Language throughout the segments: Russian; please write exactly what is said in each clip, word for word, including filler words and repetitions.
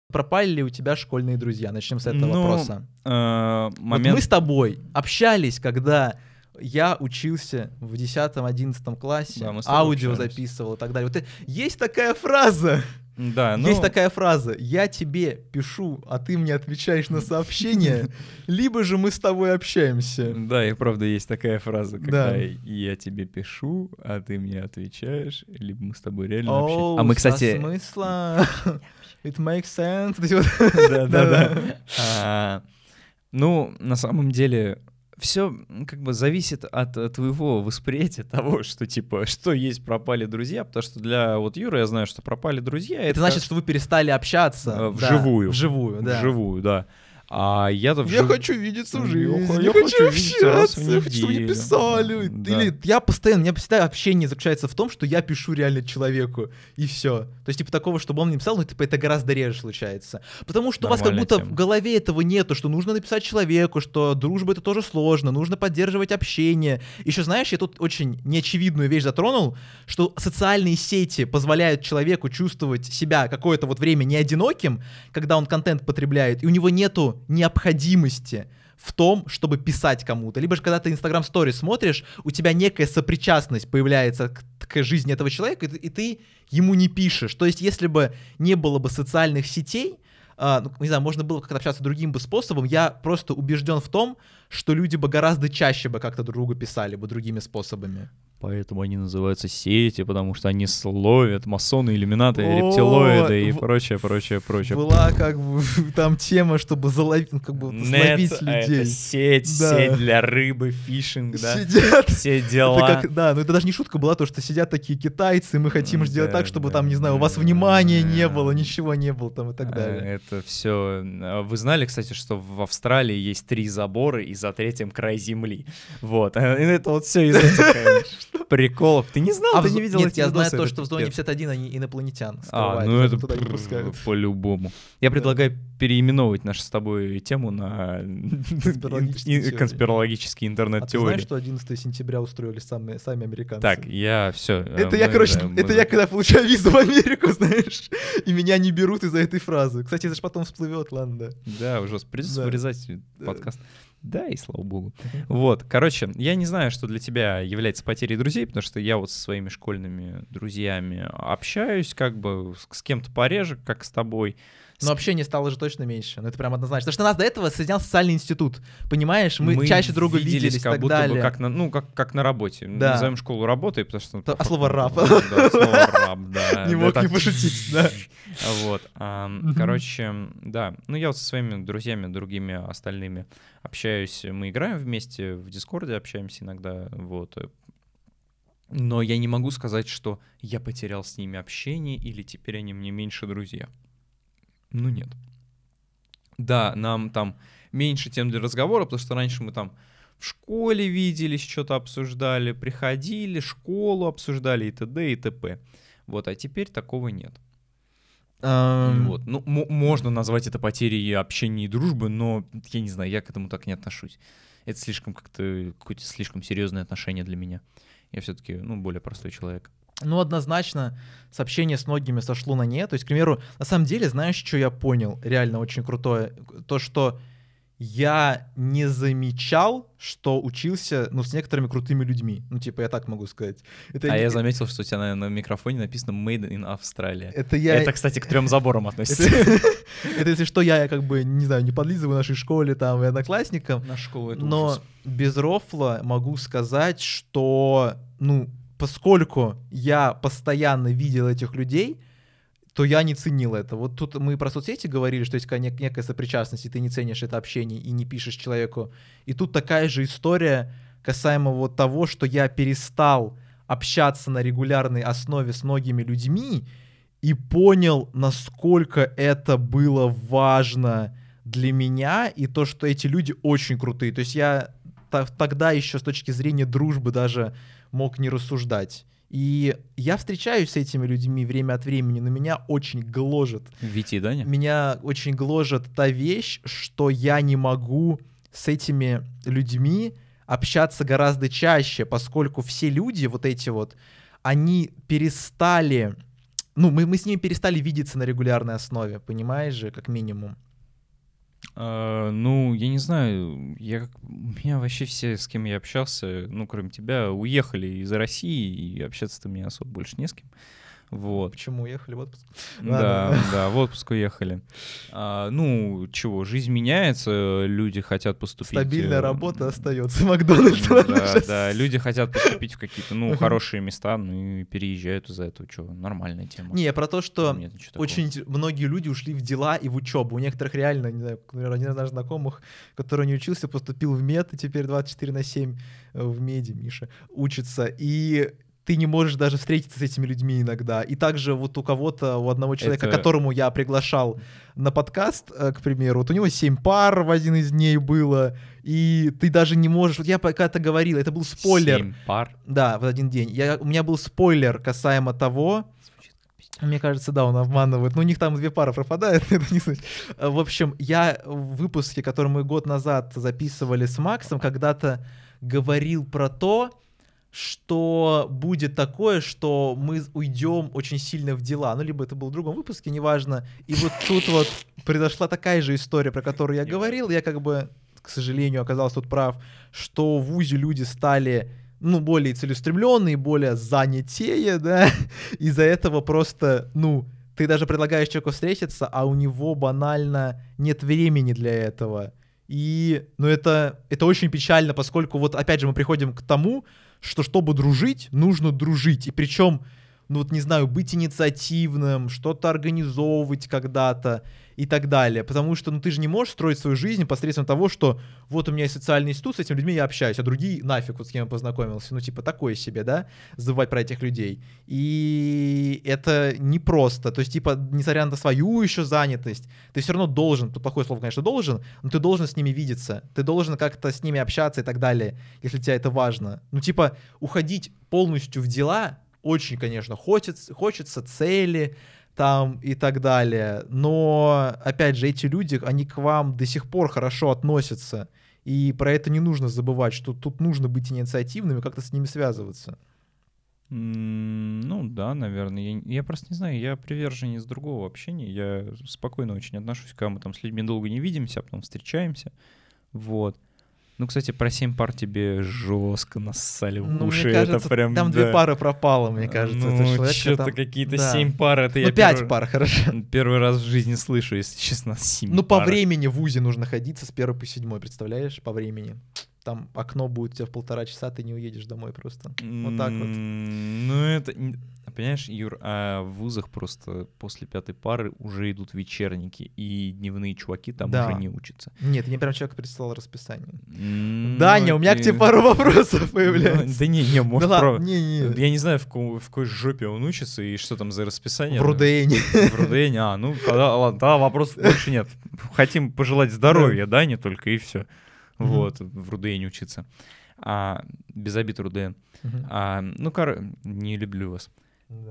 Пропали ли у тебя школьные друзья? Начнем с этого Ну, вопроса. э, Вот момент... мы с тобой общались, когда я учился в десятом-одиннадцатом классе, Да, мы с тобой аудио общались. записывал и так далее. Вот, э, есть такая фраза, Да, ну... есть такая фраза: я тебе пишу, а ты мне отвечаешь на сообщение, либо же мы с тобой общаемся. Да, и правда есть такая фраза, когда Да. я тебе пишу, а ты мне отвечаешь, либо мы с тобой реально Оу, общаемся. А мы, кстати... со смысла. It makes sense. Да-да-да. А, Ну, на самом деле, все как бы зависит от э, твоего восприятия того, что типа, что есть пропали друзья, потому что для вот Юры я знаю, что пропали друзья. Это значит, что вы перестали общаться. Э, Да, вживую. Вживую, да. Вживую, да. А я-то Я вжив- хочу видеться в Я жизни, хо- я я хочу хочу видеться раз в общаться, я хочу, чтобы мне неделю. писали. Да. Или я постоянно, у меня всегда общение заключается в том, что я пишу реально человеку, и все. То есть, типа, такого, чтобы он мне писал, ну, типа, это гораздо реже случается. Потому что у вас как Нормальная будто тема. в голове этого нету, что нужно написать человеку, что дружба — это тоже сложно, нужно поддерживать общение. Еще, знаешь, я тут очень неочевидную вещь затронул, что социальные сети позволяют человеку чувствовать себя какое-то вот время не одиноким, когда он контент потребляет, и у него нету необходимости в том, чтобы писать кому-то. Либо же, когда ты Instagram Stories смотришь, у тебя некая сопричастность появляется к, к жизни этого человека, и ты, и ты ему не пишешь. То есть, если бы не было бы социальных сетей, а, ну, не знаю, можно было как-то общаться другим бы способом, я просто убежден в том, что люди бы гораздо чаще бы как-то друг другу писали бы другими способами. Поэтому они называются сети, потому что они словят масоны, иллюминаты, О, рептилоиды и в- прочее, прочее, прочее. Была как бы там тема, чтобы заловить, ну, как бы вот словить Нет, а людей. это сеть, Да. сеть для рыбы, фишинг, да, Сидят. все Это дела. как, да, ну это даже не шутка была, то, что сидят такие китайцы, и мы хотим М, сделать да, так, чтобы да, там, не знаю, у вас да. внимания не было, ничего не было там и так А, далее. Это все. Вы знали, кстати, что в Австралии есть три забора, и за третьим край земли. Вот. А Это вот все из этих э, приколов. Ты не знал, А ты в не зо- видел Нет, эти я знаю видосы? то, Это что в зоне пипец. пятьдесят один они инопланетян А, скрывают, ну это поэтому туда не пускают. пр- по-любому. Я предлагаю переименовывать нашу с тобой тему на Конспирологические ин- теории. конспирологические А ты знаешь, интернет-теории. что одиннадцатого сентября устроили сами, сами американцы? Так, я все. Это я, короче, это я когда получаю визу в Америку, знаешь, и меня не берут из-за этой фразы. Кстати, это же потом всплывет, ладно, да. Да, ужасно. Придется Да. вырезать Да. подкаст. Да, и слава богу. Вот, короче, я не знаю, что для тебя является потерей друзей, потому что я вот со своими школьными друзьями общаюсь, как бы с, с кем-то пореже, как с тобой. Но общение стало же точно меньше. Ну, это прям однозначно. Потому что нас до этого соединял социальный институт. Понимаешь? Мы, чаще друга виделись и как так будто бы далее. как на, ну, как, как на работе. Да. Назовем школу работой, потому что... То- по а слово факту, «раб». Да, слово «раб», да. Не Да, мог так. не пошутить, да. Вот. а, Мгм. Короче, да. Ну, я вот со своими друзьями, другими остальными общаюсь. Мы играем вместе, в Дискорде общаемся иногда, вот. Но я не могу сказать, что я потерял с ними общение или теперь они мне меньше друзья. Ну, нет. Да, нам там меньше тем для разговора, потому что раньше мы там в школе виделись, что-то обсуждали, приходили, школу обсуждали и т.д. и т.п. Вот, а теперь такого нет. Эм, Вот. Ну, м- можно назвать это потерей общения и дружбы, но я не знаю, я к этому так не отношусь. Это слишком как-то какое-то слишком серьезное отношение для меня. Я все-таки, ну, более простой человек. Ну, однозначно, сообщение с многими сошло на нет. То есть, к примеру, на самом деле, знаешь, что я понял? Реально очень крутое. То, что я не замечал, что учился, ну, с некоторыми крутыми людьми. Ну, типа, я так могу сказать. Это, А не- я заметил, что у тебя на, на микрофоне написано «Made in Australia». это я... Это, кстати, к трем заборам относится. Это, это, если что, я как бы, не знаю, не подлизываю нашей школе там и одноклассникам. Наша школа — это Но ужас. без рофла могу сказать, что, ну, поскольку я постоянно видел этих людей, то я не ценил это. Вот тут мы про соцсети говорили, что есть какая- некая сопричастность, и ты не ценишь это общение и не пишешь человеку. И тут такая же история касаемо вот того, что я перестал общаться на регулярной основе с многими людьми и понял, насколько это было важно для меня, и то, что эти люди очень крутые. То есть я та- тогда еще с точки зрения дружбы даже мог не рассуждать. И я встречаюсь с этими людьми время от времени, но меня очень гложет. Витя и Даня? Меня очень гложет та вещь, что я не могу с этими людьми общаться гораздо чаще, поскольку все люди вот эти вот, они перестали ну, мы, мы с ними перестали видеться на регулярной основе, понимаешь же, как минимум. А, ну, я не знаю, я, у меня вообще все, с кем я общался, ну, кроме тебя, уехали из России, и общаться-то мне особо больше не с кем. Вот. Почему уехали в отпуск? Да, Ладно. да, в отпуск уехали. А, ну, чего, жизнь меняется, люди хотят поступить... Стабильная э, работа остается, Макдональдс. Да, да, люди хотят поступить в какие-то, ну, хорошие места, ну, и переезжают из-за этого, что, нормальная тема. Не, про то, что Нет ничего такого. очень те- многие люди ушли в дела и в учебу. У некоторых реально, не знаю, наверное, один из наших знакомых, который не учился, поступил в мед, и теперь двадцать четыре на семь в меди, Миша, учится. И ты не можешь даже встретиться с этими людьми иногда. И также вот у кого-то, у одного человека, Это- которому я приглашал на подкаст, э, к примеру, вот у него семь пар в один из дней было, и ты даже не можешь... Вот я пока-то говорил, это был спойлер. Семь пар. Да, в один день. Я, у меня был спойлер касаемо того... Мне кажется, да, он обманывает. Ну, у них там две пары пропадают, это не суть. В общем, я в выпуске, который мы год назад записывали с Максом, когда-то говорил про то, что будет такое, что мы уйдем очень сильно в дела. Ну, либо это был в другом выпуске, неважно. И вот тут вот произошла такая же история, про которую я говорил. Я как бы, к сожалению, оказался тут прав, что в ВУЗе люди стали, ну, более целеустремленные, более занятее, да. Из-за этого просто, ну, ты даже предлагаешь человеку встретиться, а у него банально нет времени для этого. И, ну, это, это очень печально, поскольку вот опять же мы приходим к тому, что чтобы дружить, нужно дружить. И причем, ну вот не знаю, быть инициативным, что-то организовывать когда-то и так далее. Потому что, ну ты же не можешь строить свою жизнь посредством того, что вот у меня есть социальный институт, с этими людьми я общаюсь, а другие нафиг, вот с кем я познакомился. Ну типа такое себе, да, забывать про этих людей. И это непросто. То есть типа, несмотря на свою еще занятость, ты все равно должен, тут плохое слово, конечно, должен, но ты должен с ними видеться, ты должен как-то с ними общаться и так далее, если тебе это важно. Ну типа, уходить полностью в дела очень, конечно, хочется, хочется цели, там и так далее. Но, опять же, эти люди, они к вам до сих пор хорошо относятся. И про это не нужно забывать, что тут нужно быть инициативным и как-то с ними связываться. М, Ну да, наверное. Я, я просто не знаю, я приверженец другого общения. Я спокойно очень отношусь, когда мы там с людьми долго не видимся, а потом встречаемся. Вот. Ну, кстати, про семь пар тебе жестко нассали в Ну, уши. мне кажется, это прям, там да. две пары пропало, мне кажется. это Ну, человек, что-то там- какие-то да. семь пар. Это Ну, я пять первый, пар, хорошо. первый раз в жизни слышу, если честно, семь Ну, по пар. времени в ВУЗе нужно ходиться с первой по седьмой, представляешь? По времени. Там окно будет у тебя в полтора часа, ты не уедешь домой просто. Вот так вот. М, Ну, это... н- Понимаешь, Юр, а в вузах просто после пятой пары уже идут вечерники, и дневные чуваки там Да. уже не учатся. Нет, мне прям человек прислал расписание. М, Даня, ну, у меня к это- тебе пару вопросов Ну, появляется. Да не, не, может, Да про- ладно, не, не. Я не знаю, в, ко- в какой жопе он учится и что там за расписание. В Рудене. В Рудене, а, ну, тогда, ладно, тогда вопросов больше нет. Хотим пожелать здоровья, да, не только, и все. Мгм. Вот, в Рудене учиться. А, без обид, Руден. Мгм. А, ну, кор... не люблю вас. Да.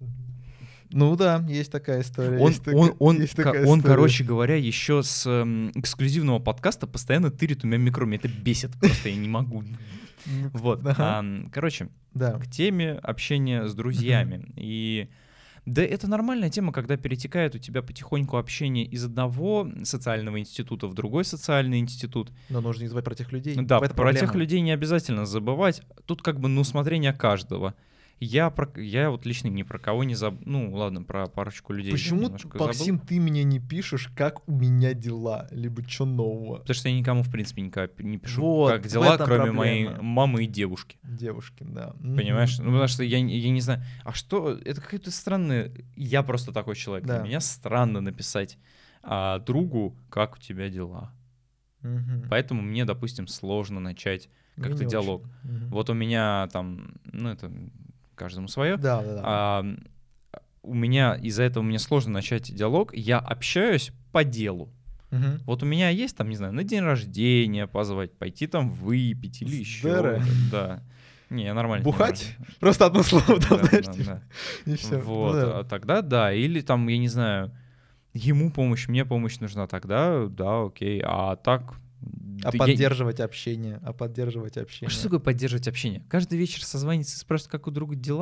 Ну да, есть такая история. Он, есть он, такая- он, есть ко- такая он, история. короче говоря, еще с эм, эксклюзивного подкаста постоянно тырит у меня микро. Меня это бесит просто, я не могу. Ну, Вот. ага. Ам, Короче, Да. к теме общения с друзьями. И да, это нормальная тема, когда перетекает у тебя потихоньку общение из одного социального института в другой социальный институт. Но нужно не забывать про тех людей. Да, В этом про тех проблема. людей не обязательно забывать. Тут как бы на усмотрение каждого. Я, про, я вот лично ни про кого не забыл. Ну, ладно, про парочку людей. Почему, немножко Максим, забыл. ты мне не пишешь, как у меня дела, либо что нового? Потому что я никому, в принципе, никогда не пишу, Вот, как в дела, этом кроме проблема. моей мамы и девушки. Девушки, да. Понимаешь? Мгм. Ну, потому что я, я не знаю, а что, это какое-то странное, я просто такой человек, Да. для меня странно написать а, другу, как у тебя дела. Мгм. Поэтому мне, допустим, сложно начать Мне как-то не диалог. очень. Мгм. Вот у меня там, ну это каждому свое. Да, да, да. А, у меня из-за этого мне сложно начать диалог, я общаюсь по делу. Мгм. Вот у меня есть там, не знаю, на день рождения позвать, пойти там выпить или еще. Здорово. Да. Не, я нормально. Бухать? Просто одно слово там, Да, знаешь, да, типа, да. и все. Вот, а тогда да. Или там, я не знаю, ему помощь, мне помощь нужна, тогда да, окей. А так... А да я- поддерживать общение, а поддерживать А общение. что такое поддерживать общение? Каждый вечер созваниваться и спрашивать, как у друга дела?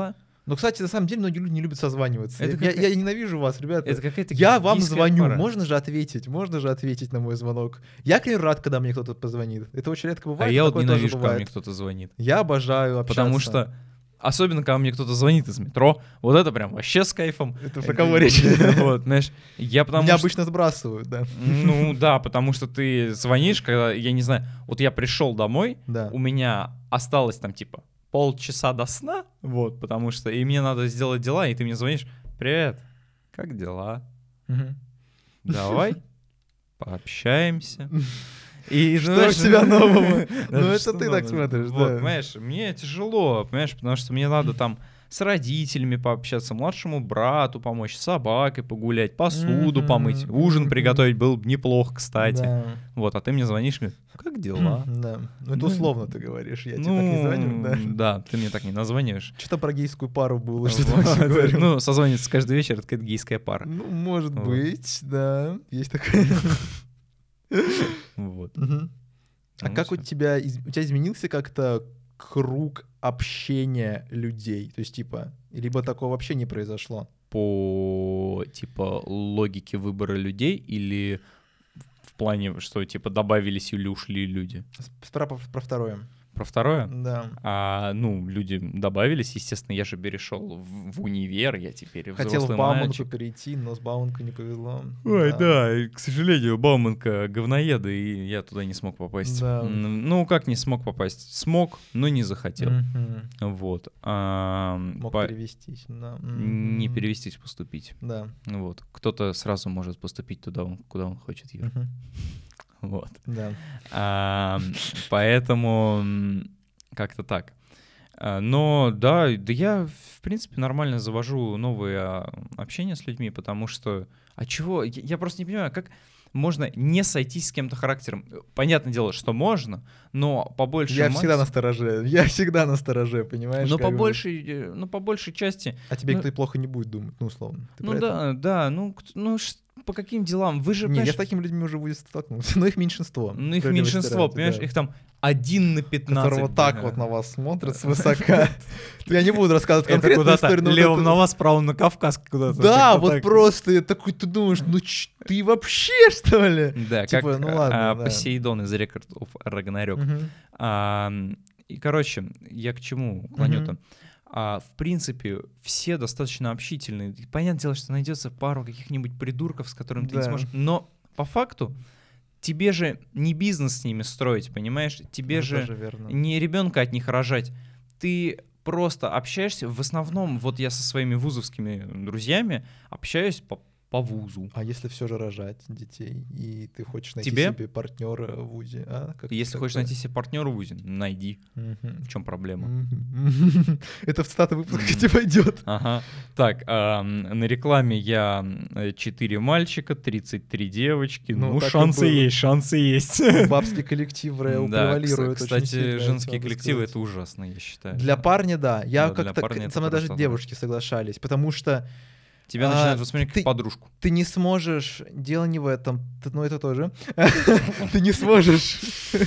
Но, кстати, на самом деле многие люди не любят созваниваться. Это Я, какая- я ненавижу вас, ребята. Это какая-то Я вам гейская звоню, пара. можно же ответить, можно же ответить на мой звонок. Я, к примеру, рад, когда мне кто-то позвонит. Это очень редко А бывает, я но вот такое тоже ненавижу, когда бывает. мне кто-то звонит. Я обожаю общаться. Потому что, особенно, когда мне кто-то звонит из метро, вот это прям вообще с кайфом. Это про кого речь? Вот, знаешь, я потому Меня что... обычно сбрасывают, да. Ну да, потому что ты звонишь, когда, я не знаю, вот я пришел домой, Да. у меня осталось там типа полчаса до сна, вот, потому что, и мне надо сделать дела, и ты мне звонишь, привет, как дела? Мгм. Давай пообщаемся. И, Что знаешь, у тебя нового? да, Ну, это что ты так нового? смотришь, Вот, да. понимаешь, мне тяжело, понимаешь, потому что мне надо там с родителями пообщаться, младшему брату помочь, с собакой погулять, посуду Мгм, помыть, ужин мгм. приготовить был бы неплохо, кстати. Да. Вот, а ты мне звонишь, говоришь, как дела? Да. Ну, это Ну, условно ты говоришь, я тебе так не звоню, да. Ну, да, ты мне так не названиваешь. Что-то про гейскую пару было, что ты Вот. вообще говорил. Ну, созваниваться каждый вечер — это какая-то гейская пара. Ну, может Вот. быть, да. Есть такое. Вот. Мгм. А Ну, как у всё. тебя, из- у тебя изменился как-то круг общения людей? То есть, типа, либо такого вообще не произошло? По, типа, логике выбора людей или в плане, что, типа, добавились или ушли люди? С- Про, про- про второе. Про второе? Да. А, ну, люди добавились, естественно, я же перешел в, в универ, я теперь Хотел в взрослый Бауманку мальчик. перейти, но с Бауманкой не повезло. Ой, да, и, к сожалению, Бауманка говноеда, и я туда не смог попасть. Да. М, Ну, как не смог попасть? Смог, но не захотел. Мгм. Вот. А, Мог по- перевестись, да. Не Мгм. перевестись, поступить. Да. Вот. Кто-то сразу может поступить туда, он- куда он хочет, Юр. Мгм. Вот. Да. А, Поэтому м, как-то так. А, Но да, да я, в принципе, нормально завожу новые а, общения с людьми, потому что... А чего? Я я просто не понимаю, как можно не сойтись с кем-то характером. Понятное дело, что можно, но по большей Я всегда макс- на стороже. Я всегда на стороже, понимаешь? но как по бы. большей, э, ну, по большей части... А тебе ну- никто и плохо не будет думать, ну, условно. Ты Ну про это? да, да, ну, кт- ну ш- по каким делам? Вы же, Не, я понимаешь, с такими людьми уже будет столкнулся, но их меньшинство. ну их справедливости меньшинство, ради, понимаешь, да. их там один на пятнадцать. Которые вот так да. вот на вас смотрят свысока. Я не буду рассказывать Это конкретную куда-то историю, но вот левым это- на вас, правым на Кавказ куда-то. Да, как-то вот так. просто я такой, ты думаешь, ну ч- ты вообще, что ли? Да, типа, как ну а, ладно, а, да. Посейдон из Record of Ragnarok. Мгм. А, м, И, короче, я к чему клоню-то? Мгм. А, в принципе, все достаточно общительные. И понятное дело, что найдется пару каких-нибудь придурков, с которыми ты не Да. сможешь. Но по факту тебе же не бизнес с ними строить, понимаешь? Тебе Это же тоже верно. не ребенка от них рожать. Ты просто общаешься. В основном, вот я со своими вузовскими друзьями общаюсь по, по вузу. А если все же рожать детей, и ты хочешь найти Тебе? себе партнера в ВУЗе? А? Как- Если как хочешь это? найти себе партнера в вузе, найди. Мгм. В чем проблема? Мгм. Это в цитаты выпуска тебе пойдет. Ага. Так, ам, на рекламе я четыре мальчика, тридцать три девочки. Ну, Ну, так и шансы было. есть, шансы есть. Бабский коллектив рэу Да, превалирует кс- очень кстати, сильно, женские надо коллективы — сказать. это ужасно, я считаю. Для парня, да. Я Да, для как-то... парня к- это Со мной даже просто девушки соглашались, потому что Тебя а, начинают воспринимать ты- как подружку. ты не сможешь... Дело не в этом. Т- Ну, это тоже. Ты не сможешь...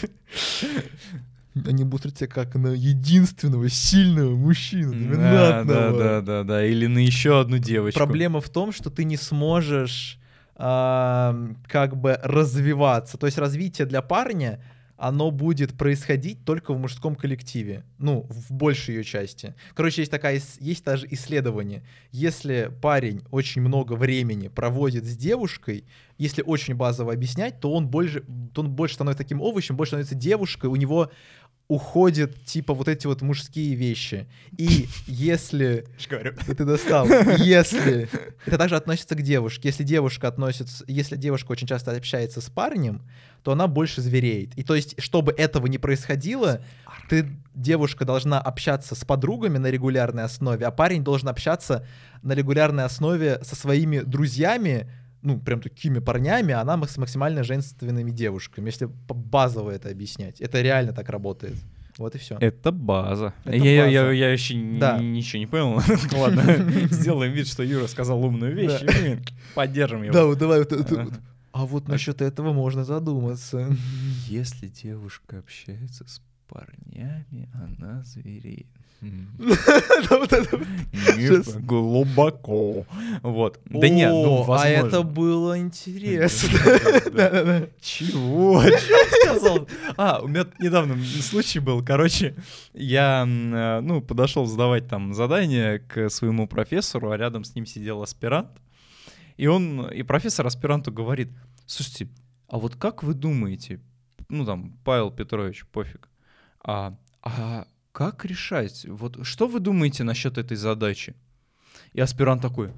Они будут смотреть тебя как на единственного сильного мужчину, Да, доминантного. да, да, да, да. Или на еще одну девочку. Проблема в том, что ты не сможешь а, как бы развиваться. То есть развитие для парня, оно будет происходить только в мужском коллективе. Ну, в большей ее части. Короче, есть такая, ис- есть даже исследование. Если парень очень много времени проводит с девушкой, если очень базово объяснять, то он больше, то он больше становится таким овощем, больше становится девушкой, у него уходят типа вот эти вот мужские вещи. И если... Да ты достал. Если... Это также относится к девушке. Если девушка относится... Если девушка очень часто общается с парнем, то она больше звереет. И то есть, чтобы этого не происходило, ты, девушка, должна общаться с подругами на регулярной основе, а парень должен общаться на регулярной основе со своими друзьями, ну, прям такими парнями, а она мак- с максимально женственными девушками, если п- базово это объяснять. Это реально так работает. Вот и все. Это база. Это я, я, база. я, я еще ни- Да. ничего не понял. Ладно, сделаем вид, что Юра сказал умную вещь, Да. и мы поддержим его. Да, вот давай вот это Ага. вот. А вот насчет этого можно задуматься. Если девушка общается с парнями, она звереет. Глубоко. Вот. Да нет, ну, а это возможно. было интересно. Чего? Чего ты сказал? А, у меня недавно случай был. Короче, я, ну, подошел сдавать там задание к своему профессору, а рядом с ним сидел аспирант. И он, и профессор аспиранту говорит: слушайте, а вот как вы думаете, ну там, Павел Петрович, пофиг, а, а как решать? Вот что вы думаете насчет этой задачи? И аспирант такой: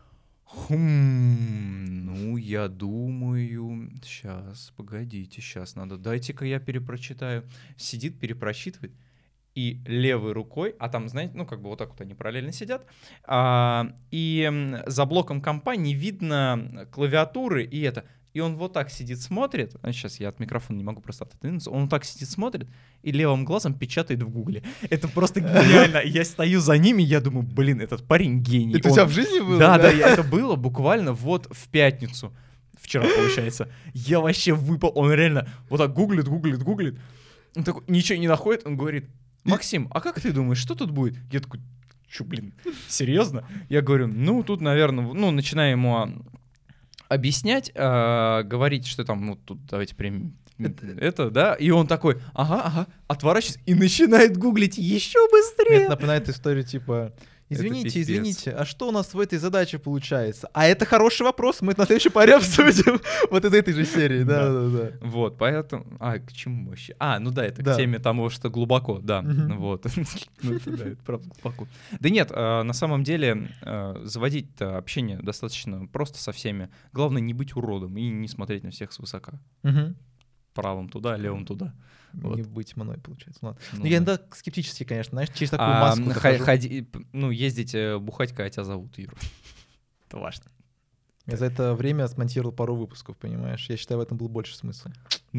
хм, ну, я думаю, сейчас, погодите, сейчас надо, дайте-ка я перепрочитаю. Сидит, перепрочитывает, и левой рукой, а там, знаете, ну, как бы вот так вот они параллельно сидят, а, и м, за блоком компа не видно клавиатуры, и это... И он вот так сидит, смотрит, а сейчас я от микрофона не могу просто отодвинуться, он вот так сидит, смотрит, и левым глазом печатает в гугле. Это просто гениально. Я стою за ними, я думаю, блин, этот парень гений. Это у Он- тебя в жизни было? Да, да, я- это было буквально вот в пятницу. Вчера, получается. Я вообще выпал. Он реально вот так гуглит, гуглит, гуглит. Он такой, ничего не находит. Он говорит: Максим, а как ты думаешь, что тут будет? Я такой: чё, блин, серьезно? Я говорю: ну, тут, наверное, ну, начинаю ему а, объяснять, а, говорить, что там, ну, тут давайте примем это, да, и он такой: ага, ага, отворачивается и начинает гуглить еще Мне быстрее. это напоминает историю типа: извините, пипец. извините, а что у нас в этой задаче получается? А это хороший вопрос, мы это на следующей паре обсудим. Вот из этой же серии, да-да-да. Вот, поэтому... А, к чему вообще? А, ну да, это Да. к теме того, что глубоко, да, Мгм. вот. Ну это да, это правда глубоко. Да нет, а, на самом деле э, заводить-то общение достаточно просто со всеми. Главное не быть уродом и не смотреть на всех свысока. Мгм. Правым туда, левым туда. Вот. Не быть мной, получается. Ладно. Ну Ну, я да. иногда скептически, конечно, знаешь, через такую А, маску х- захожу. ходи- п- ну, ездить э, бухать, когда тебя зовут, Юра. Это важно. Я за это время смонтировал пару выпусков, понимаешь? Я считаю, в этом был больше смысла.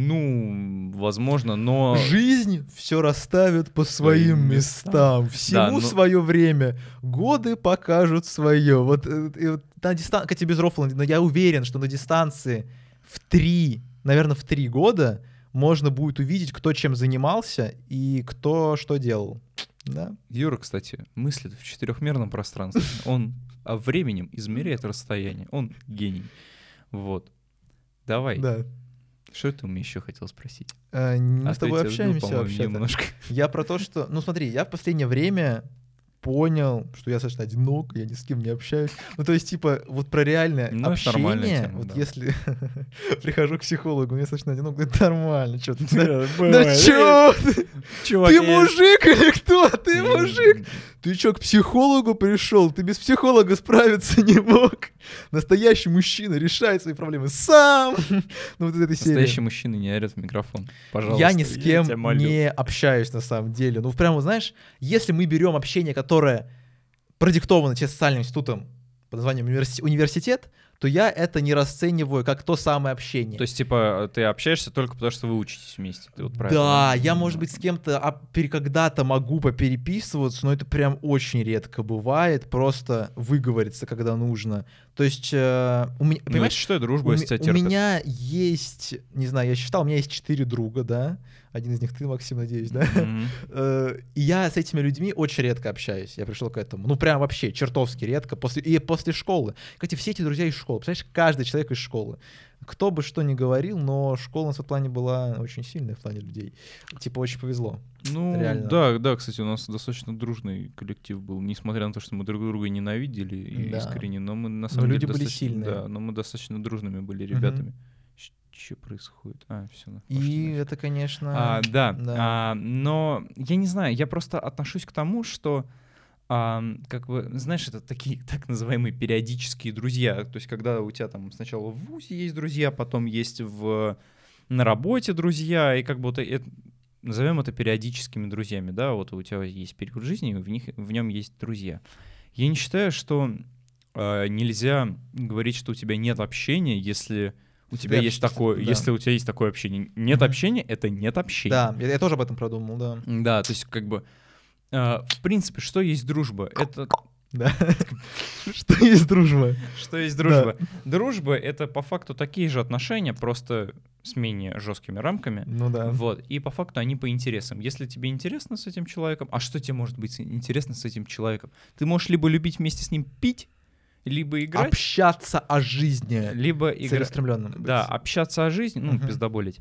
Ну, возможно, но... Жизнь все расставит по своим Своим местам. Всему но- свое время. Годы покажут свое. Вот, э, и вот на дистанции, кстати, без рофла, но я уверен, что на дистанции в три, наверное, в три года можно будет увидеть, кто чем занимался и кто что делал. Да? Юра, кстати, мыслит в четырехмерном пространстве. Он а временем измеряет расстояние. Он гений. Вот. Давай. Да. Что ты у меня еще хотел спросить? Э, Мы А с то я тобой тебя сбил, общаемся по-моему, вообще-то. немножко. Я про то, что... Ну смотри, я в последнее время понял, что я достаточно одинок, я ни с кем не общаюсь. Ну то есть типа вот про реальное Ну, это общение, нормальная тема, вот да. если прихожу к психологу, мне достаточно одинок, это нормально, что ты... Да Да чё ты? Чувак, Ты я- мужик или кто? Ты М, мужик? Ты чё, к психологу пришел? Ты без психолога справиться не мог. Настоящий мужчина решает свои проблемы сам. Ну вот из этой серии. Настоящий мужчина не орет в микрофон. Пожалуйста. Я ни с кем тебя молю. не общаюсь на самом деле. Ну, прямо, знаешь, если мы берем общение, которое продиктовано тебе социальным институтом под названием универси- университет, то я это не расцениваю как то самое общение. То есть, типа, ты общаешься только потому, что вы учитесь вместе. Ты вот про это, Да, я, может быть, с кем-то а, пере- когда-то могу попереписываться, но это прям очень редко бывает, просто выговориться, когда нужно. То есть, э, у меня, Ну, я понимаешь, считаю, у, дружба, если ме- тебя у терпят. меня есть, не знаю, я считал, у меня есть четыре друга, да, один из них ты, Максим, надеюсь, да? Мгм. Э, И я с этими людьми очень редко общаюсь. Я пришел к этому. Ну, прям вообще чертовски редко. После, и после школы. Кстати, все эти друзья из школы. Представляешь, каждый человек из школы. Кто бы что ни говорил, но школа у нас в этом плане была очень сильная в плане людей. Типа, очень повезло. Ну, Реально. да, да, кстати, у нас достаточно дружный коллектив был, несмотря на то, что мы друг друга ненавидели и Да. искренне, но мы на самом люди деле были достаточно- сильные. Да, но мы достаточно дружными были Мгм. ребятами. Что происходит? А, все. И это, конечно... А, да, да. а, но я не знаю, я просто отношусь к тому, что, а, как бы, знаешь, это такие так называемые периодические друзья. То есть, когда у тебя там сначала в вузе есть друзья, потом есть в, на работе друзья, и как бы вот это, назовем это периодическими друзьями, да, вот у тебя есть период жизни, и в, них, в нем есть друзья. Я не считаю, что а, нельзя говорить, что у тебя нет общения, если... У тебя Да, есть что- такое, да. если у тебя есть такое общение. Нет Мгм. общения — это нет общения. Да, я, я тоже об этом продумал, да. Да, то есть как бы, э, в принципе, что есть дружба? Это Да. Что есть дружба? что есть дружба? Дружба — это по факту такие же отношения, просто с менее жесткими рамками. Ну да. Вот. И по факту они по интересам. Если тебе интересно с этим человеком, а что тебе может быть интересно с этим человеком? Ты можешь либо любить вместе с ним пить, либо играть. Общаться о жизни. Либо играть. Целеустремленным быть. Да, общаться о жизни, ну, Мгм. пиздоболить.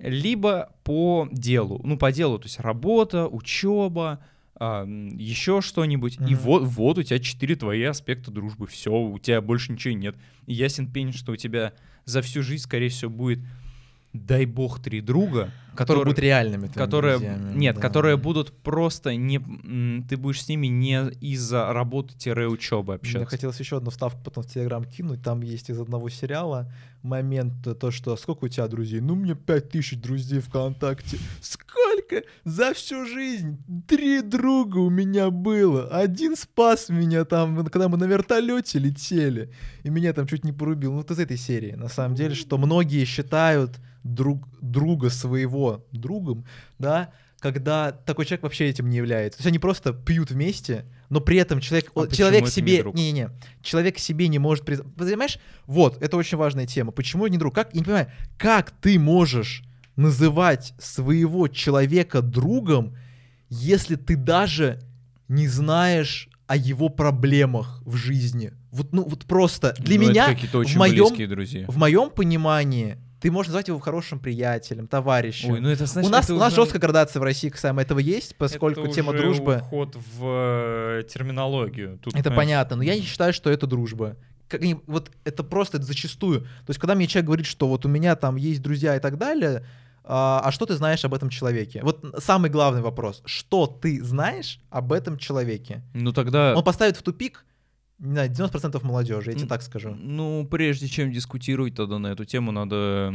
Либо по делу. Ну, по делу, то есть работа, учеба, а, м, еще что-нибудь. И Мгм. вот, вот у тебя четыре твои аспекта дружбы. Все, у тебя больше ничего нет. И ясен пень, что у тебя за всю жизнь, скорее всего, будет, дай бог, три друга, Которые которые, будут реальными твоими которые друзьями, нет, да. которые будут просто не, м, ты будешь с ними не из-за работы-учебы Мне общаться. хотелось еще одну вставку потом в Телеграм кинуть. Там есть из одного сериала момент, э, то, что сколько у тебя друзей? Ну, у меня пять тысяч друзей ВКонтакте. Сколько? За всю жизнь три друга у меня было. Один спас меня там, когда мы на вертолете летели. И меня там чуть не порубил. Ну, вот из этой серии, на самом деле, что многие считают друг, друга своего другом, да, когда такой человек вообще этим не является. То есть они просто пьют вместе, но при этом человек, А о, почему человек это себе... не друг? Не-не-не. Человек себе не может признать. Понимаешь? Вот, это очень важная тема. Почему не друг? Как, я не понимаю, как ты можешь называть своего человека другом, если ты даже не знаешь о его проблемах в жизни? Вот, ну, вот просто для Ну, это меня какие-то очень в моем, близкие друзья. в моем понимании ты можешь назвать его хорошим приятелем, товарищем. Ой, ну это, знаешь, у нас, это у нас уже- жесткая градация в России касаемо этого есть, поскольку это тема уже дружбы... уход в э, терминологию. Тут, Это понимаешь, понятно, но я не считаю, что это дружба. Как они- вот это просто это зачастую. То есть, когда мне человек говорит, что вот у меня там есть друзья и так далее, а, а что ты знаешь об этом человеке? Вот самый главный вопрос. Что ты знаешь об этом человеке? Ну тогда... Он поставит в тупик, не знаю, девяносто процентов молодежи, я тебе Н- так скажу. Ну, прежде чем дискутировать тогда на эту тему, надо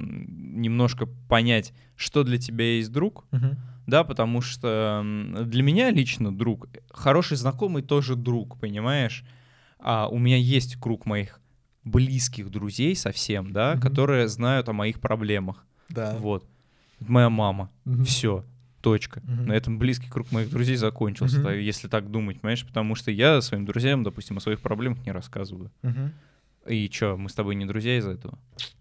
м, немножко понять, что для тебя есть друг, Мгм. да, потому что м, для меня лично друг, хороший знакомый тоже друг, понимаешь? А у меня есть круг моих близких друзей совсем, да, Мгм. которые знают о моих проблемах. Да. Вот. Моя мама. Мгм. Все. Точка. Мгм. На этом близкий круг моих друзей закончился, Мгм. так- если так думать, понимаешь? Потому что я своим друзьям, допустим, о своих проблемах не рассказываю. Мгм. И чё, мы с тобой не друзья из-за этого?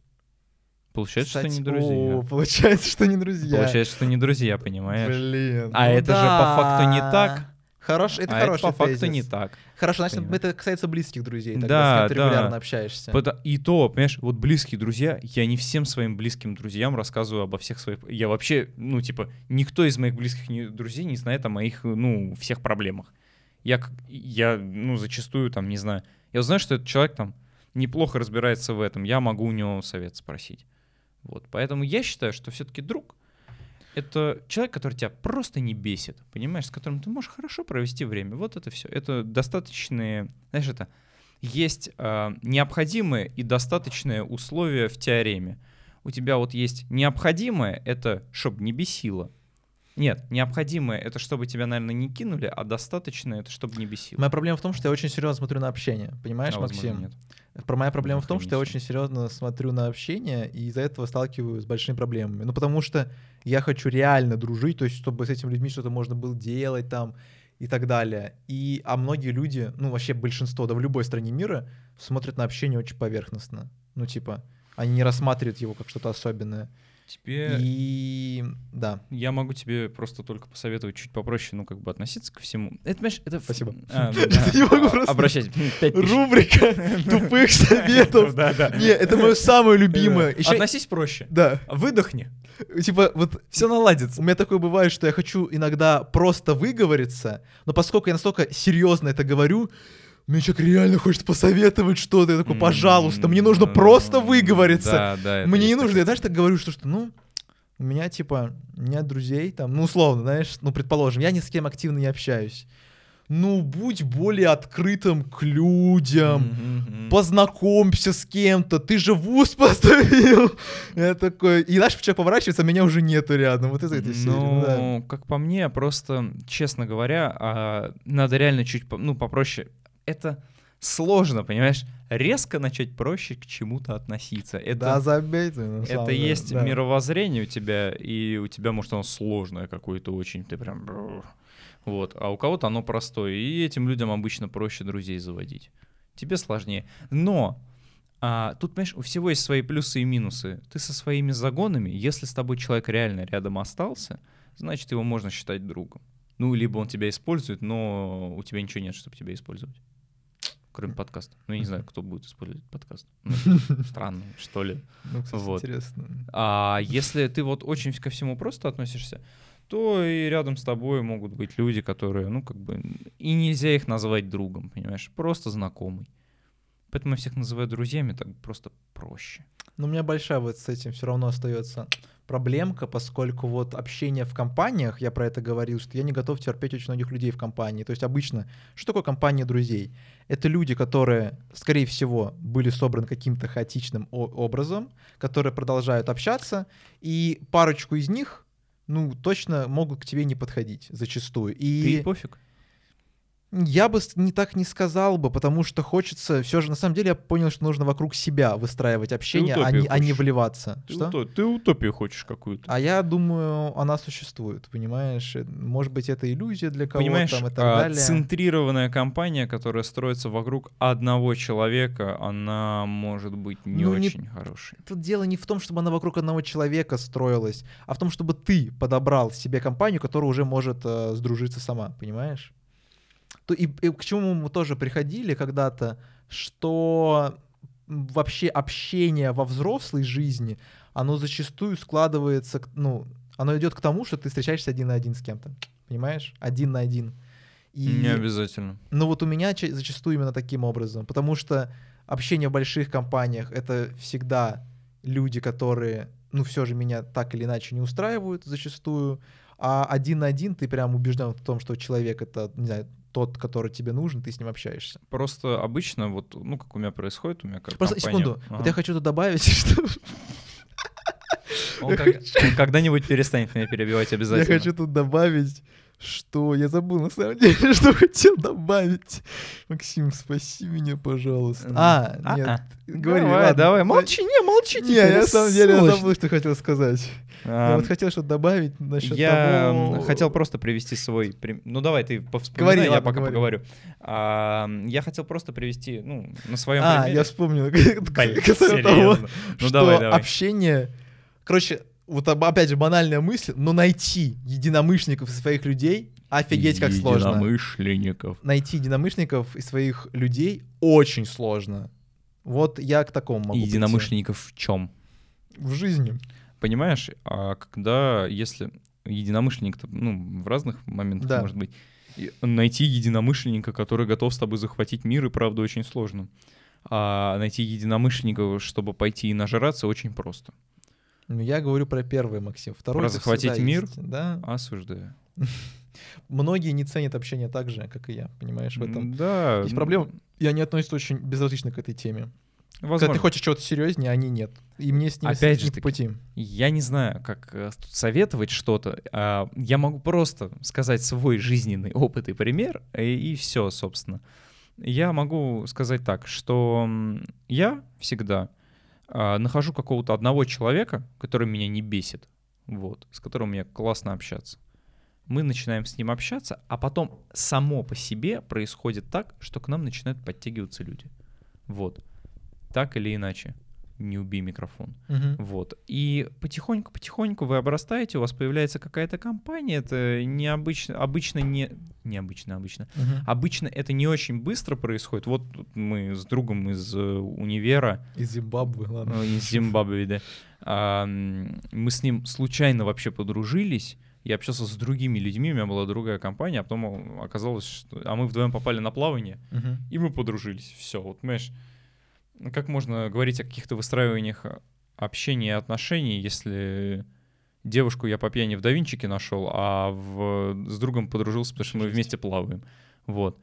Получается, Кстати, что не друзья. о, получается, что не друзья. Получается, что не друзья, понимаешь? Блин. А ну это же по факту не да. так. Хорош, это а это хороший по факту тезис. не так. Хорошо, значит, Понимаешь? это касается близких друзей, тогда, Да, с кем ты да. регулярно общаешься. Пото- И то, понимаешь, вот близкие друзья, я не всем своим близким друзьям рассказываю обо всех своих... Я вообще, ну, типа, никто из моих близких не- друзей не знает о моих, ну, всех проблемах. Я, как- я, ну, зачастую, там, не знаю... Я знаю, что этот человек, там, неплохо разбирается в этом, я могу у него совет спросить. Вот, поэтому я считаю, что все-таки друг — это человек, который тебя просто не бесит, понимаешь, с которым ты можешь хорошо провести время. Вот это все. Это достаточные, знаешь, это есть э, необходимые и достаточные условия в теореме. У тебя вот есть необходимое — это чтобы не бесило. Нет, необходимое — это чтобы тебя, наверное, не кинули, а достаточное — это чтобы не бесило. Моя проблема в том, что я очень серьезно смотрю на общение. Понимаешь, А, возможно, Максим? нет. Про моя проблема в том, Охренеть что я себе. очень серьезно смотрю на общение, и из-за этого сталкиваюсь с большими проблемами. Ну, потому что я хочу реально дружить, то есть, чтобы с этими людьми что-то можно было делать там и так далее. И, а многие люди, ну, вообще большинство, да, в любой стране мира смотрят на общение очень поверхностно. Ну, типа, они не рассматривают его как что-то особенное. Тебе... И да. Я могу тебе просто только посоветовать чуть попроще, ну, как бы относиться ко всему. Это, понимаешь, это... Спасибо. А, ну Я да. не могу просто- Обращайтесь. Пять тысяч. Рубрика тупых советов. Да, да. Не, это мое самое любимое. Ещё- Относись проще. Да. Выдохни. Типа, вот Все наладится. у меня такое бывает, что я хочу иногда просто выговориться, но поскольку я настолько серьезно это говорю, мне человек реально хочет посоветовать что-то. Я такой, пожалуйста, мне нужно просто выговориться. Да, да. это Мне не есть нужно, я такое. знаешь, так говорю, что, что ну, у меня, типа, нет друзей, там, ну, условно, знаешь, ну, предположим, я ни с кем активно не общаюсь. Ну, будь более открытым к людям, Мгм, мгм. познакомься с кем-то, ты же вуз поступил. Я такой, и наш человек поворачивается, а меня уже нету рядом, вот из этой серии. Ну, да. как по мне, просто, честно говоря, а, надо реально чуть, по- ну, попроще. Это сложно, понимаешь? Резко начать проще к чему-то относиться. Это, Да, забей ты, на самом это деле, есть да. мировоззрение у тебя, и у тебя, может, оно сложное какое-то очень, ты прям... бррр. Вот, а у кого-то оно простое, и этим людям обычно проще друзей заводить. Тебе сложнее. Но А тут, понимаешь, у всего есть свои плюсы и минусы. Ты со своими загонами, если с тобой человек реально рядом остался, значит, его можно считать другом. Ну, либо он тебя использует, но у тебя ничего нет, чтобы тебя использовать. Кроме подкаста. Ну, я не знаю, кто будет использовать подкаст. Ну, странно, что ли. Ну, кстати, Вот. интересно. А если ты вот очень ко всему просто относишься, то и рядом с тобой могут быть люди, которые, ну, как бы, и нельзя их назвать другом, понимаешь, просто знакомый. Поэтому я всех называю друзьями, так просто проще. Но у меня большая вот с этим все равно остается проблемка, поскольку вот общение в компаниях, я про это говорил, что я не готов терпеть очень многих людей в компании. То есть обычно, что такое компания друзей? Это люди, которые, скорее всего, были собраны каким-то хаотичным о- образом, которые продолжают общаться, и парочку из них, ну, точно могут к тебе не подходить зачастую. И Ты пофиг. я бы с- не так не сказал бы, потому что хочется, все же, на самом деле, я понял, что нужно вокруг себя выстраивать общение, а утопию не, а не хочешь. вливаться. Ты, Что? уто- ты утопию хочешь какую-то. А я думаю, она существует, понимаешь? Э, Может быть, это иллюзия для кого-то Понимаешь, там и так а, далее. центрированная компания, которая строится вокруг одного человека, она может быть не Ну, не- очень хорошей. Тут дело не в том, чтобы она вокруг одного человека строилась, а в том, чтобы ты подобрал себе компанию, которая уже может э, сдружиться сама, понимаешь? То и, и к чему мы тоже приходили когда-то, что м, вообще общение во взрослой жизни, оно зачастую складывается, к- ну, оно идет к тому, что ты встречаешься один на один с кем-то, понимаешь? Один на один. И, Не обязательно. ну вот у меня ча- зачастую именно таким образом, потому что общение в больших компаниях — это всегда люди, которые, ну, все же меня так или иначе не устраивают зачастую, а один на один ты прям убежден в том, что человек — это, не знаю, тот, который тебе нужен, ты с ним общаешься. Просто обычно, вот, ну, как у меня происходит, у меня как Просто компания- секунду, Ага. вот я хочу тут добавить, что Он, как- он когда-нибудь перестанет меня перебивать я обязательно. хочу тут добавить, что я забыл на самом деле, что хотел добавить. Максим, спаси меня, пожалуйста. А, А-а. нет, говори, Давай, ладно. давай, молчи, не, молчи Не, теперь, я на самом деле я сволочь. забыл, что хотел сказать. А, Я вот хотел что-то добавить насчет Я того... хотел просто привести свой... прим- Ну, давай, ты повспоминай, Говори, я ладно, пока говори. поговорю. А, Я хотел просто привести, ну, на своем А, примере... я вспомнил. Блин, Касательно того, серьезно. Ну, что давай, давай. общение... Короче, вот об- опять же банальная мысль, но найти единомышленников из своих людей офигеть как сложно. Единомышленников. Найти единомышленников из своих людей очень сложно. Вот я к такому могу прийти. Единомышленников в чем? В жизни. Понимаешь, а когда, если единомышленник, ну, в разных моментах Да. может быть, и найти единомышленника, который готов с тобой захватить мир, и правда очень сложно. А найти единомышленников, чтобы пойти и нажраться, очень просто. Ну, я говорю про первое, Максим. Второе Про это захватить всегда мир? есть, да. Осуждаю. Многие не ценят общение так же, как и я, понимаешь, в этом Да. есть проблема. И они относятся очень безразлично к этой теме. Когда Возможно. ты хочешь чего-то серьезнее, они нет. И мне с ними Опять с- же не по таки, пути. Я не знаю, как э, тут советовать что-то. а, Я могу просто сказать свой жизненный опыт и пример, и, все, собственно. Я могу сказать так, что м, я всегда а, нахожу какого-то одного человека, который меня не бесит, вот, с которым мне классно общаться. Мы начинаем с ним общаться, а потом само по себе происходит так, что к нам начинают подтягиваться люди. Вот. Так или иначе. Не убей микрофон. Мгм. Вот. И потихоньку-потихоньку вы обрастаете, у вас появляется какая-то компания. Это необычно, обычно не... Необычно, обычно. Мгм. Обычно это не очень быстро происходит. Вот тут мы с другом из э, универа, Из Зимбабве, ладно. э, из Зимбабве, да, а, м, мы с ним случайно вообще подружились. Я общался с другими людьми, у меня была другая компания, а потом оказалось, что... А мы вдвоем попали на плавание, Мгм. и мы подружились. Все, вот, понимаешь, как можно говорить о каких-то выстраиваниях общения и отношений, если девушку я по пьяни в Давинчике нашел, а в... с другом подружился, потому что мы вместе плаваем. Вот.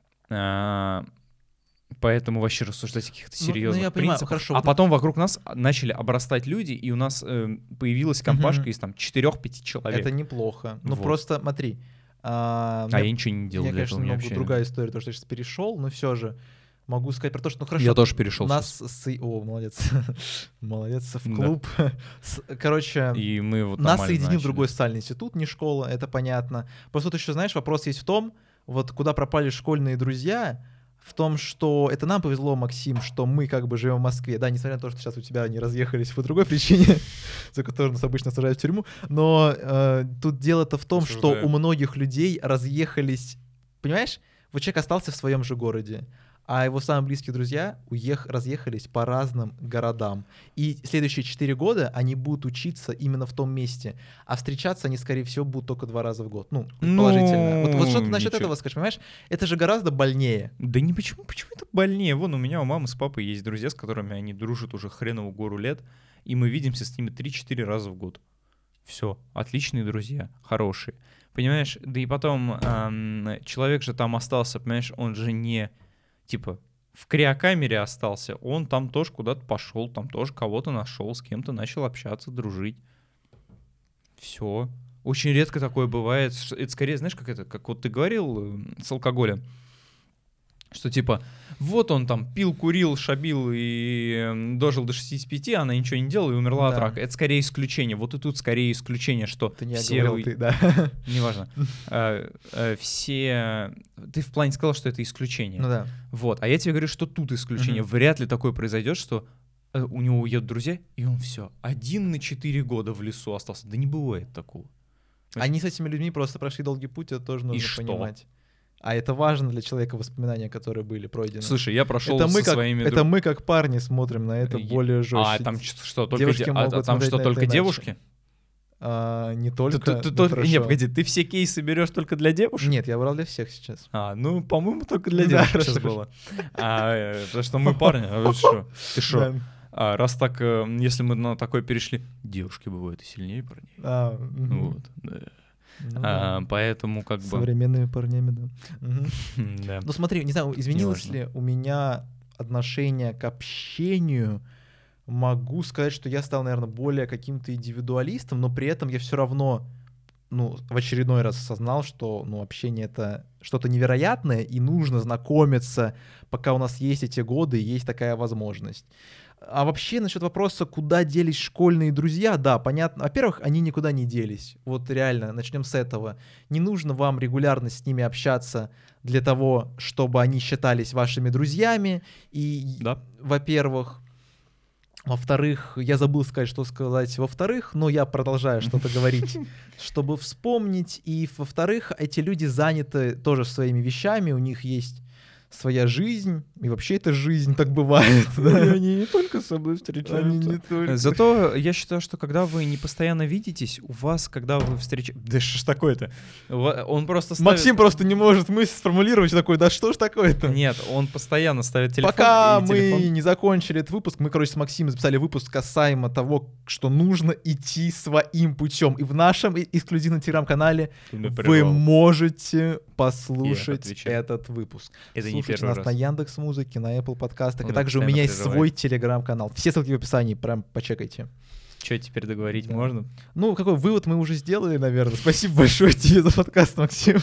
А, Поэтому вообще рассуждать о каких-то Ну, ну, серьезных я понимаю, принципах. хорошо, А вот- потом вокруг нас начали обрастать люди, и у нас э, появилась компашка Мгм. из там четырех-пяти человек. Это неплохо. Ну Вот. просто смотри. А, А мне- я ничего не делал Я, для конечно, этого. мне немного вообще- другая история, то, что я сейчас перешел, но все же могу сказать про то, что, ну хорошо. Я тоже перешел Нас с... О, молодец. Молодец, в Да. клуб. С- Короче, И мы вот нас нормально соединил начали. другой социальный институт, не школа, это понятно. Просто тут еще, знаешь, вопрос есть в том, вот куда пропали школьные друзья, в том, что это нам повезло, Максим, что мы как бы живем в Москве, да, несмотря на то, что сейчас у тебя они разъехались по другой причине, за которую нас обычно сажают в тюрьму, но э, тут дело-то в том, Осуждаю. что у многих людей разъехались, понимаешь, вот человек остался в своем же городе, а его самые близкие друзья уех... разъехались по разным городам. И следующие четыре года они будут учиться именно в том месте, а встречаться они, скорее всего, будут только два раза в год. Ну, предположительно. Ну, вот, вот что ты насчет ничего. этого скажешь, понимаешь? Это же гораздо больнее. Да не почему, почему это больнее? Вон у меня у мамы с папой есть друзья, с которыми они дружат уже хренову гору лет, и мы видимся с ними три-четыре раза в год. Все, отличные друзья, хорошие. Понимаешь, да и потом эм, человек же там остался, понимаешь, он же не, типа, в криокамере остался, он там тоже куда-то пошел, там тоже кого-то нашел, с кем-то начал общаться, дружить. Все. Очень редко такое бывает. что- Это скорее, знаешь, как это, как вот ты говорил э, с алкоголем, что типа, вот он там пил, курил, шабил и э, дожил до шестидесяти пяти, она ничего не делала и умерла от Да. рака. Это скорее исключение. Вот и тут скорее исключение, что Ты не все... говорил, у- ты, да. Неважно. Э, э, Все... Ты в плане сказал, что это исключение. Ну да. Вот. А я тебе говорю, что тут исключение. Мгм. Вряд ли такое произойдет, что э, у него уедут друзья, и он все. Один на четыре года в лесу остался. Да не бывает такого. Они с этими людьми просто прошли долгий путь, это тоже нужно что? понимать. А это важно для человека, воспоминания, которые были пройдены. Слушай, я прошел это мы, со как, своими... это дру- мы как парни смотрим на это Е- более жестче. А там ч- что, только, Девушки де- а- могут а там смотреть что, на это только иначе. девушки? А, не Ты- только. ты- ты ну, только- Не, хорошо. погоди, ты все кейсы берешь только для девушек? Нет, я брал для всех сейчас. А, ну, по-моему, только для Да, девушек хорошо, сейчас хорошо. было. А, э, потому что мы парни, а вы что? Ты что? Да. А, раз так, э, если мы на такое перешли, девушки бывают и сильнее парней. А, мгм. Вот, да. Ну А, да. поэтому как С бы... современными парнями, да. Мгм. Да. Ну смотри, не знаю, изменилось Неважно. ли у меня отношение к общению. Могу сказать, что я стал, наверное, более каким-то индивидуалистом, но при этом я все равно, ну, в очередной раз осознал, что, ну, общение — это что-то невероятное, и нужно знакомиться, пока у нас есть эти годы и есть такая возможность. А вообще, насчет вопроса, куда делись школьные друзья, да, понятно. Во-первых, они никуда не делись. Вот реально, начнем с этого. Не нужно вам регулярно с ними общаться для того, чтобы они считались вашими друзьями. И, Да. во-первых, во-вторых, я забыл сказать, что сказать во-вторых, но я продолжаю что-то говорить, чтобы вспомнить. И, во-вторых, эти люди заняты тоже своими вещами, у них есть своя жизнь, и вообще это жизнь, так бывает. да. Они не только с собой Они не только... Зато я считаю, что когда вы не постоянно видитесь, у вас, когда вы встречаетесь... Да что ж такое-то? У ва- Он просто ставит... Максим просто не может мысль сформулировать, такой, да что ж такое-то? Нет, он постоянно ставит телефон. Пока и мы телефон- не закончили этот выпуск, мы, короче, с Максимом записали выпуск касаемо того, что нужно идти своим путем. И в нашем и- эксклюзивном телеграм-канале Ты меня вы прервал. можете послушать отвечаю. этот выпуск. Это не Слушайте первый нас раз. на Яндекс.Музыке, на Apple подкастах. Он И также у постоянно меня есть прерывает. свой телеграм-канал. Все ссылки в описании, прям почекайте. Что теперь договорить Да. можно? Ну, какой вывод мы уже сделали, наверное. Спасибо большое тебе за подкаст, Максим.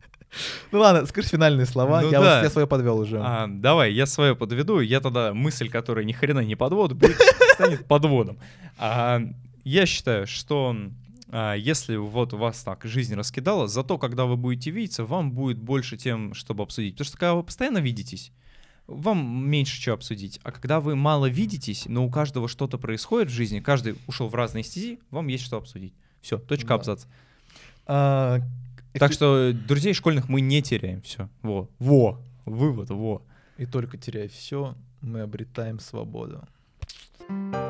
Ну ладно, скажи финальные слова. Ну я, да. вот- я свое подвел уже. А, давай, я свое подведу. Я тогда мысль, которая ни хрена не подвод, будет, станет подводом. А, я считаю, что а, если вот у вас так жизнь раскидала, зато когда вы будете видеться, вам будет больше тем, чтобы обсудить. Потому что когда вы постоянно видитесь, вам меньше чего обсудить. А когда вы мало видитесь, но у каждого что-то происходит в жизни, каждый ушел в разные стези, вам есть что обсудить. Все, точка, Да. абзац. А, Так что друзей школьных мы не теряем. Все. Во. Во. Вывод. Во. И только теряя все, мы обретаем свободу.